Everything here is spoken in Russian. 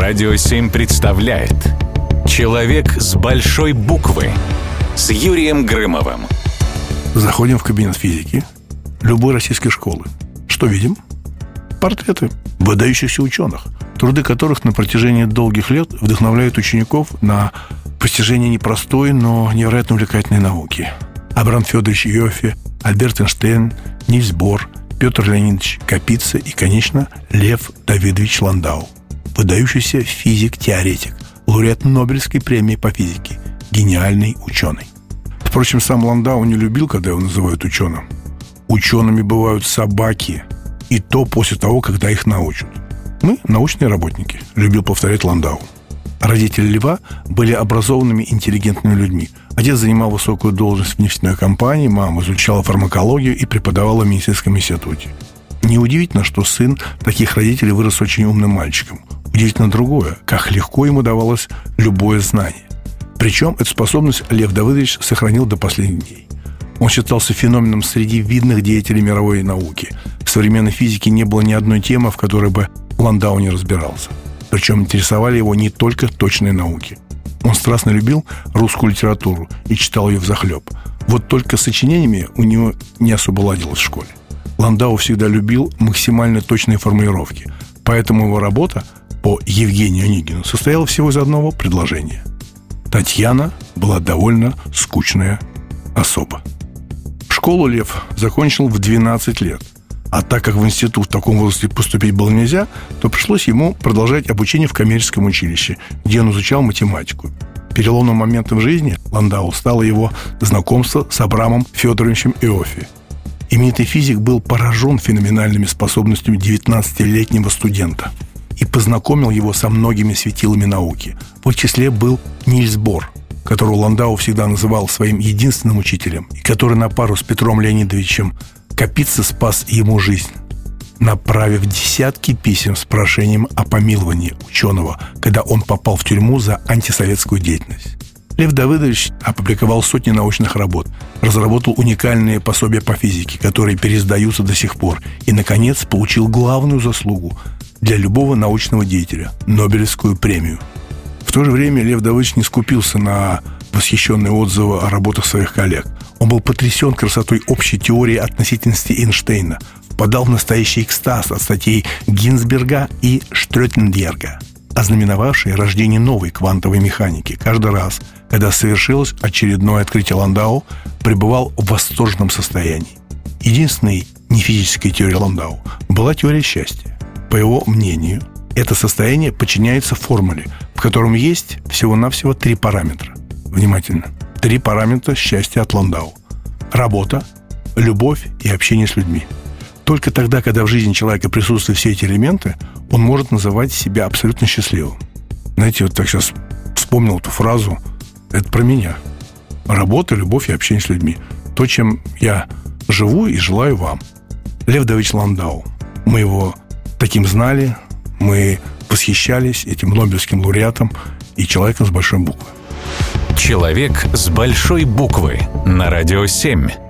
Радио 7 представляет «Человек с большой буквы» с Юрием Грымовым. Заходим в кабинет физики любой российской школы. Что видим? Портреты выдающихся ученых, труды которых на протяжении долгих лет вдохновляют учеников на постижение непростой, но невероятно увлекательной науки. Абрам Федорович Иоффе, Альберт Эйнштейн, Нильс Бор, Петр Леонидович Капица и, конечно, Лев Давидович Ландау. Выдающийся физик-теоретик, лауреат Нобелевской премии по физике, гениальный ученый. Впрочем, сам Ландау не любил, когда его называют ученым. Учеными бывают собаки, и то после того, когда их научат. Мы научные работники, любил повторять Ландау. Родители Льва были образованными, интеллигентными людьми. Отец занимал высокую должность в нефтяной компании, мама изучала фармакологию и преподавала в медицинском институте. Неудивительно, что сын таких родителей вырос очень умным мальчиком. Удивительно другое, как легко ему давалось любое знание. Причем эту способность Лев Давыдович сохранил до последних дней. Он считался феноменом среди видных деятелей мировой науки. В современной физике не было ни одной темы, в которой бы Ландау не разбирался. Причем интересовали его не только точные науки. Он страстно любил русскую литературу и читал ее взахлеб. Вот только с сочинениями у него не особо ладилось в школе. Ландау всегда любил максимально точные формулировки, поэтому его работа по Евгению Онегину состояла всего из одного предложения. Татьяна была довольно скучная особа. Школу Лев закончил в 12 лет. А так как в институт в таком возрасте поступить было нельзя, то пришлось ему продолжать обучение в коммерческом училище, где он изучал математику. Переломным моментом в жизни Ландау стало его знакомство с Абрамом Федоровичем Иоффе. Именитый физик был поражен феноменальными способностями 19-летнего студента и познакомил его со многими светилами науки. В их числе был Нильс Бор, которого Ландау всегда называл своим единственным учителем, и который на пару с Петром Леонидовичем Капица спас ему жизнь, направив десятки писем с прошением о помиловании ученого, когда он попал в тюрьму за антисоветскую деятельность. Лев Давыдович опубликовал сотни научных работ, разработал уникальные пособия по физике, которые переиздаются до сих пор, и, наконец, получил главную заслугу для любого научного деятеля – Нобелевскую премию. В то же время Лев Давыдович не скупился на восхищенные отзывы о работах своих коллег. Он был потрясен красотой общей теории относительности Эйнштейна, впадал в настоящий экстаз от статей Гинзберга и Штрёдингера, ознаменовавшие рождение новой квантовой механики. Каждый раз, когда совершилось очередное открытие, Ландау пребывал в восторженном состоянии. Единственной нефизической теорией Ландау была теория счастья. По его мнению, это состояние подчиняется формуле, в котором есть всего-навсего 3 параметра. Внимательно. 3 параметра счастья от Ландау: работа, любовь и общение с людьми. Только тогда, когда в жизни человека присутствуют все эти элементы, он может называть себя абсолютно счастливым. Знаете, вот так сейчас вспомнил эту фразу. Это про меня. Работа, любовь и общение с людьми. То, чем я живу и желаю вам. Лев Давидович Ландау. Мы его таким знали, мы восхищались этим Нобелевским лауреатом и человеком с большой буквы. «Человек с большой буквы» на Радио 7.